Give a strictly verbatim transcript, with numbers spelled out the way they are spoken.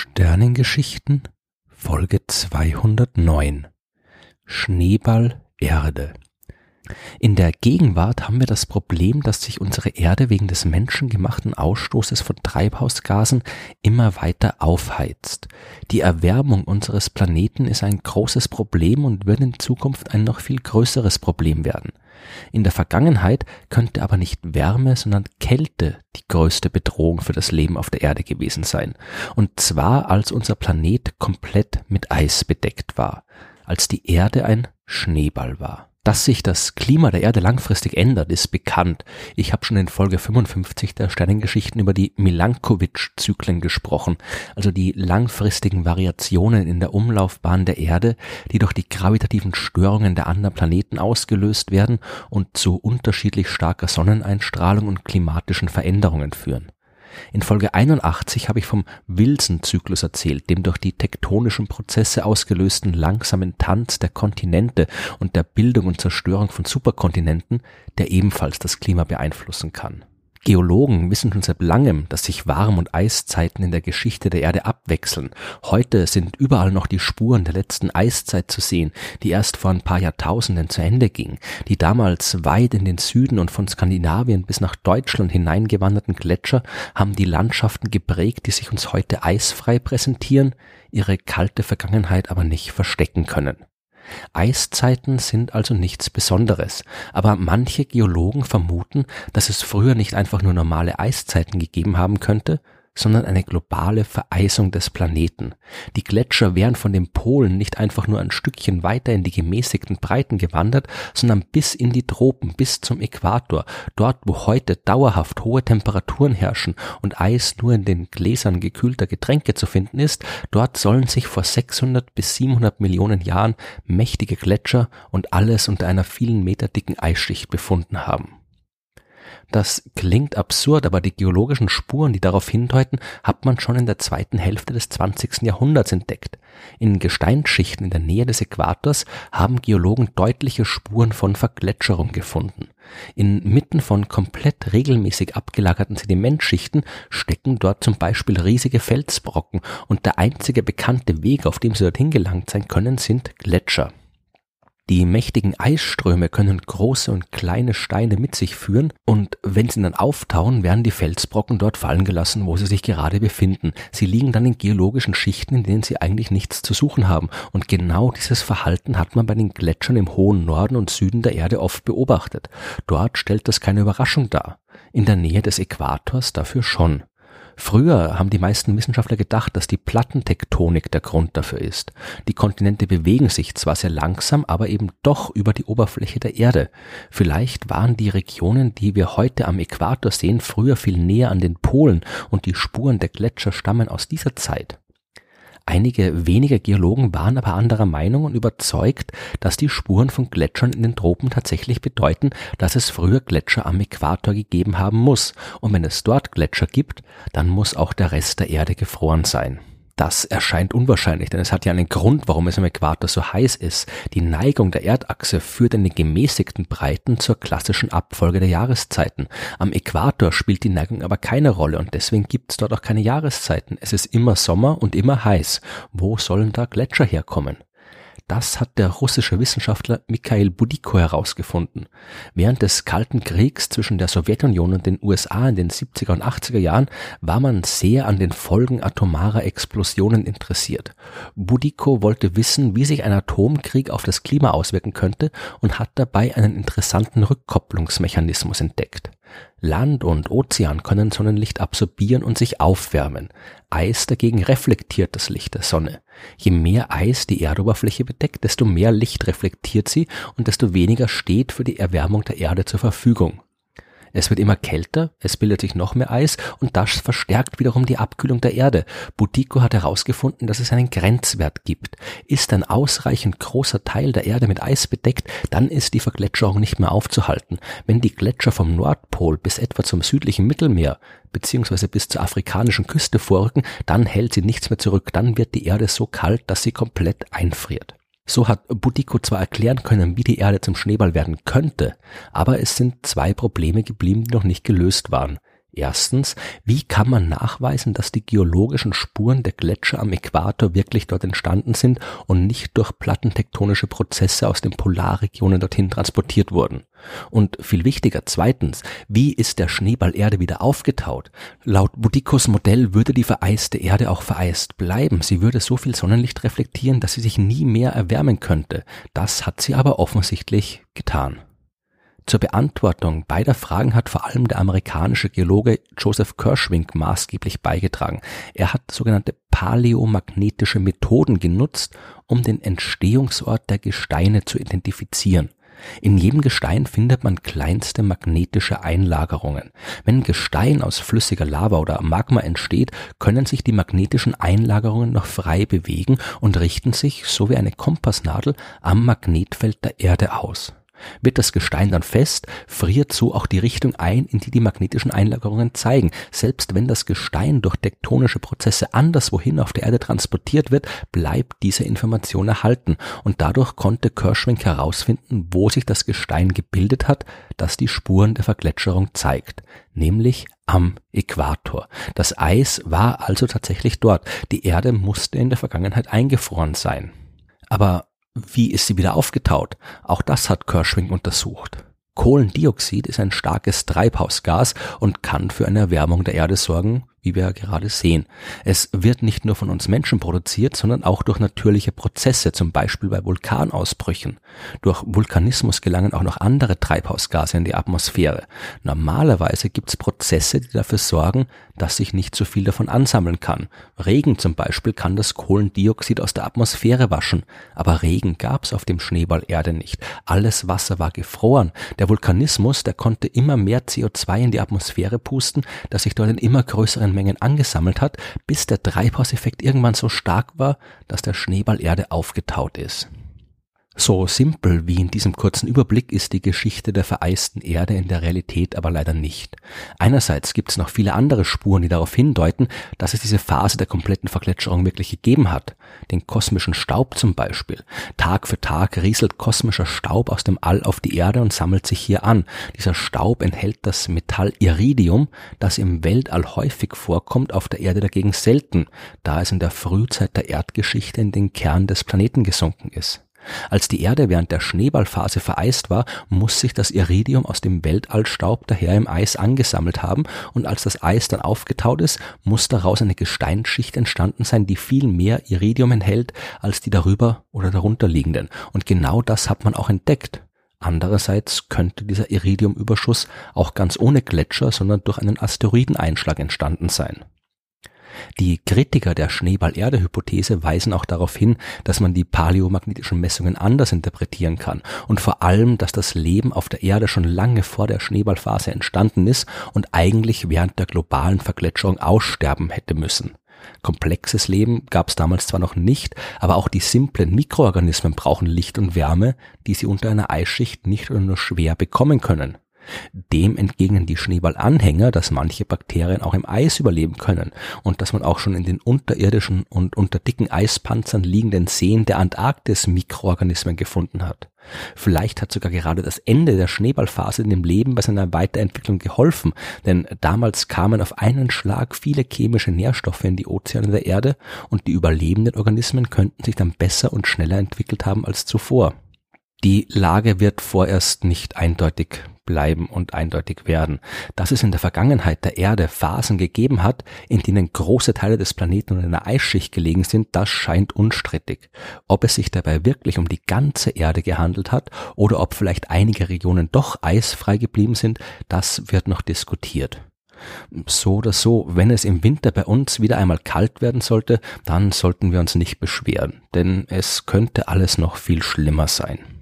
Sternengeschichten Folge zweihundertneun Schneeball Erde. In der Gegenwart haben wir das Problem, dass sich unsere Erde wegen des menschengemachten Ausstoßes von Treibhausgasen immer weiter aufheizt. Die Erwärmung unseres Planeten ist ein großes Problem und wird in Zukunft ein noch viel größeres Problem werden. In der Vergangenheit könnte aber nicht Wärme, sondern Kälte die größte Bedrohung für das Leben auf der Erde gewesen sein. Und zwar, als unser Planet komplett mit Eis bedeckt war, als die Erde ein Schneeball war. Dass sich das Klima der Erde langfristig ändert, ist bekannt. Ich habe schon in Folge fünfundfünfzig der Sternengeschichten über die Milankovitch-Zyklen gesprochen, also die langfristigen Variationen in der Umlaufbahn der Erde, die durch die gravitativen Störungen der anderen Planeten ausgelöst werden und zu unterschiedlich starker Sonneneinstrahlung und klimatischen Veränderungen führen. In Folge einundachtzig habe ich vom Wilson-Zyklus erzählt, dem durch die tektonischen Prozesse ausgelösten langsamen Tanz der Kontinente und der Bildung und Zerstörung von Superkontinenten, der ebenfalls das Klima beeinflussen kann. Geologen wissen schon seit langem, dass sich Warm- und Eiszeiten in der Geschichte der Erde abwechseln. Heute sind überall noch die Spuren der letzten Eiszeit zu sehen, die erst vor ein paar Jahrtausenden zu Ende ging. Die damals weit in den Süden und von Skandinavien bis nach Deutschland hineingewanderten Gletscher haben die Landschaften geprägt, die sich uns heute eisfrei präsentieren, ihre kalte Vergangenheit aber nicht verstecken können. Eiszeiten sind also nichts Besonderes, aber manche Geologen vermuten, dass es früher nicht einfach nur normale Eiszeiten gegeben haben könnte, sondern eine globale Vereisung des Planeten. Die Gletscher wären von den Polen nicht einfach nur ein Stückchen weiter in die gemäßigten Breiten gewandert, sondern bis in die Tropen, bis zum Äquator, dort wo heute dauerhaft hohe Temperaturen herrschen und Eis nur in den Gläsern gekühlter Getränke zu finden ist, dort sollen sich vor sechshundert bis siebenhundert Millionen Jahren mächtige Gletscher und alles unter einer vielen Meter dicken Eisschicht befunden haben. Das klingt absurd, aber die geologischen Spuren, die darauf hindeuten, hat man schon in der zweiten Hälfte des zwanzigsten Jahrhunderts entdeckt. In Gesteinsschichten in der Nähe des Äquators haben Geologen deutliche Spuren von Vergletscherung gefunden. Inmitten von komplett regelmäßig abgelagerten Sedimentschichten stecken dort zum Beispiel riesige Felsbrocken und der einzige bekannte Weg, auf dem sie dorthin gelangt sein können, sind Gletscher. Die mächtigen Eisströme können große und kleine Steine mit sich führen und wenn sie dann auftauen, werden die Felsbrocken dort fallen gelassen, wo sie sich gerade befinden. Sie liegen dann in geologischen Schichten, in denen sie eigentlich nichts zu suchen haben und genau dieses Verhalten hat man bei den Gletschern im hohen Norden und Süden der Erde oft beobachtet. Dort stellt das keine Überraschung dar, in der Nähe des Äquators dafür schon. Früher haben die meisten Wissenschaftler gedacht, dass die Plattentektonik der Grund dafür ist. Die Kontinente bewegen sich zwar sehr langsam, aber eben doch über die Oberfläche der Erde. Vielleicht waren die Regionen, die wir heute am Äquator sehen, früher viel näher an den Polen und die Spuren der Gletscher stammen aus dieser Zeit. Einige wenige Geologen waren aber anderer Meinung und überzeugt, dass die Spuren von Gletschern in den Tropen tatsächlich bedeuten, dass es früher Gletscher am Äquator gegeben haben muss. Und wenn es dort Gletscher gibt, dann muss auch der Rest der Erde gefroren sein. Das erscheint unwahrscheinlich, denn es hat ja einen Grund, warum es am Äquator so heiß ist. Die Neigung der Erdachse führt in den gemäßigten Breiten zur klassischen Abfolge der Jahreszeiten. Am Äquator spielt die Neigung aber keine Rolle und deswegen gibt es dort auch keine Jahreszeiten. Es ist immer Sommer und immer heiß. Wo sollen da Gletscher herkommen? Das hat der russische Wissenschaftler Mikhail Budiko herausgefunden. Während des Kalten Kriegs zwischen der Sowjetunion und den U S A in den siebziger und achtziger Jahren war man sehr an den Folgen atomarer Explosionen interessiert. Budiko wollte wissen, wie sich ein Atomkrieg auf das Klima auswirken könnte und hat dabei einen interessanten Rückkopplungsmechanismus entdeckt. Land und Ozean können Sonnenlicht absorbieren und sich aufwärmen. Eis dagegen reflektiert das Licht der Sonne. Je mehr Eis die Erdoberfläche bedeckt, desto mehr Licht reflektiert sie und desto weniger steht für die Erwärmung der Erde zur Verfügung. Es wird immer kälter, es bildet sich noch mehr Eis und das verstärkt wiederum die Abkühlung der Erde. Budiko hat herausgefunden, dass es einen Grenzwert gibt. Ist ein ausreichend großer Teil der Erde mit Eis bedeckt, dann ist die Vergletscherung nicht mehr aufzuhalten. Wenn die Gletscher vom Nordpol bis etwa zum südlichen Mittelmeer beziehungsweise bis zur afrikanischen Küste vorrücken, dann hält sie nichts mehr zurück. Dann wird die Erde so kalt, dass sie komplett einfriert. So hat Budiko zwar erklären können, wie die Erde zum Schneeball werden könnte, aber es sind zwei Probleme geblieben, die noch nicht gelöst waren. Erstens, wie kann man nachweisen, dass die geologischen Spuren der Gletscher am Äquator wirklich dort entstanden sind und nicht durch plattentektonische Prozesse aus den Polarregionen dorthin transportiert wurden? Und viel wichtiger, zweitens, wie ist der Schneeball Erde wieder aufgetaut? Laut Boudiccaus Modell würde die vereiste Erde auch vereist bleiben. Sie würde so viel Sonnenlicht reflektieren, dass sie sich nie mehr erwärmen könnte. Das hat sie aber offensichtlich getan. Zur Beantwortung beider Fragen hat vor allem der amerikanische Geologe Joseph Kirschvink maßgeblich beigetragen. Er hat sogenannte paläomagnetische Methoden genutzt, um den Entstehungsort der Gesteine zu identifizieren. In jedem Gestein findet man kleinste magnetische Einlagerungen. Wenn Gestein aus flüssiger Lava oder Magma entsteht, können sich die magnetischen Einlagerungen noch frei bewegen und richten sich, so wie eine Kompassnadel, am Magnetfeld der Erde aus. Wird das Gestein dann fest, friert so auch die Richtung ein, in die die magnetischen Einlagerungen zeigen. Selbst wenn das Gestein durch tektonische Prozesse anderswohin auf der Erde transportiert wird, bleibt diese Information erhalten. Und dadurch konnte Kirschvink herausfinden, wo sich das Gestein gebildet hat, das die Spuren der Vergletscherung zeigt, nämlich am Äquator. Das Eis war also tatsächlich dort. Die Erde musste in der Vergangenheit eingefroren sein. Aber wie ist sie wieder aufgetaut? Auch das hat Kirschvink untersucht. Kohlendioxid ist ein starkes Treibhausgas und kann für eine Erwärmung der Erde sorgen, wie wir ja gerade sehen. Es wird nicht nur von uns Menschen produziert, sondern auch durch natürliche Prozesse, zum Beispiel bei Vulkanausbrüchen. Durch Vulkanismus gelangen auch noch andere Treibhausgase in die Atmosphäre. Normalerweise gibt es Prozesse, die dafür sorgen, dass sich nicht so viel davon ansammeln kann. Regen zum Beispiel kann das Kohlendioxid aus der Atmosphäre waschen, aber Regen gab es auf dem Schneeball Erde nicht. Alles Wasser war gefroren. Der Vulkanismus, der konnte immer mehr C O zwei in die Atmosphäre pusten, das sich dort in immer größeren Mengen angesammelt hat, bis der Treibhauseffekt irgendwann so stark war, dass der Schneeball Erde aufgetaut ist. So simpel wie in diesem kurzen Überblick ist die Geschichte der vereisten Erde in der Realität aber leider nicht. Einerseits gibt es noch viele andere Spuren, die darauf hindeuten, dass es diese Phase der kompletten Vergletscherung wirklich gegeben hat. Den kosmischen Staub zum Beispiel. Tag für Tag rieselt kosmischer Staub aus dem All auf die Erde und sammelt sich hier an. Dieser Staub enthält das Metall Iridium, das im Weltall häufig vorkommt, auf der Erde dagegen selten, da es in der Frühzeit der Erdgeschichte in den Kern des Planeten gesunken ist. Als die Erde während der Schneeballphase vereist war, muss sich das Iridium aus dem Weltallstaub daher im Eis angesammelt haben, und als das Eis dann aufgetaut ist, muss daraus eine Gesteinsschicht entstanden sein, die viel mehr Iridium enthält als die darüber oder darunter liegenden. Und genau das hat man auch entdeckt. Andererseits könnte dieser Iridiumüberschuss auch ganz ohne Gletscher, sondern durch einen Asteroideneinschlag entstanden sein. Die Kritiker der Schneeball-Erde-Hypothese weisen auch darauf hin, dass man die paläomagnetischen Messungen anders interpretieren kann und vor allem, dass das Leben auf der Erde schon lange vor der Schneeballphase entstanden ist und eigentlich während der globalen Vergletscherung aussterben hätte müssen. Komplexes Leben gab es damals zwar noch nicht, aber auch die simplen Mikroorganismen brauchen Licht und Wärme, die sie unter einer Eisschicht nicht oder nur schwer bekommen können. Dem entgegnen die Schneeballanhänger, dass manche Bakterien auch im Eis überleben können und dass man auch schon in den unterirdischen und unter dicken Eispanzern liegenden Seen der Antarktis Mikroorganismen gefunden hat. Vielleicht hat sogar gerade das Ende der Schneeballphase dem Leben bei seiner Weiterentwicklung geholfen, denn damals kamen auf einen Schlag viele chemische Nährstoffe in die Ozeane der Erde und die überlebenden Organismen könnten sich dann besser und schneller entwickelt haben als zuvor. Die Lage wird vorerst nicht eindeutig bleiben und eindeutig werden. Dass es in der Vergangenheit der Erde Phasen gegeben hat, in denen große Teile des Planeten in einer Eisschicht gelegen sind, das scheint unstrittig. Ob es sich dabei wirklich um die ganze Erde gehandelt hat oder ob vielleicht einige Regionen doch eisfrei geblieben sind, das wird noch diskutiert. So oder so, wenn es im Winter bei uns wieder einmal kalt werden sollte, dann sollten wir uns nicht beschweren, denn es könnte alles noch viel schlimmer sein.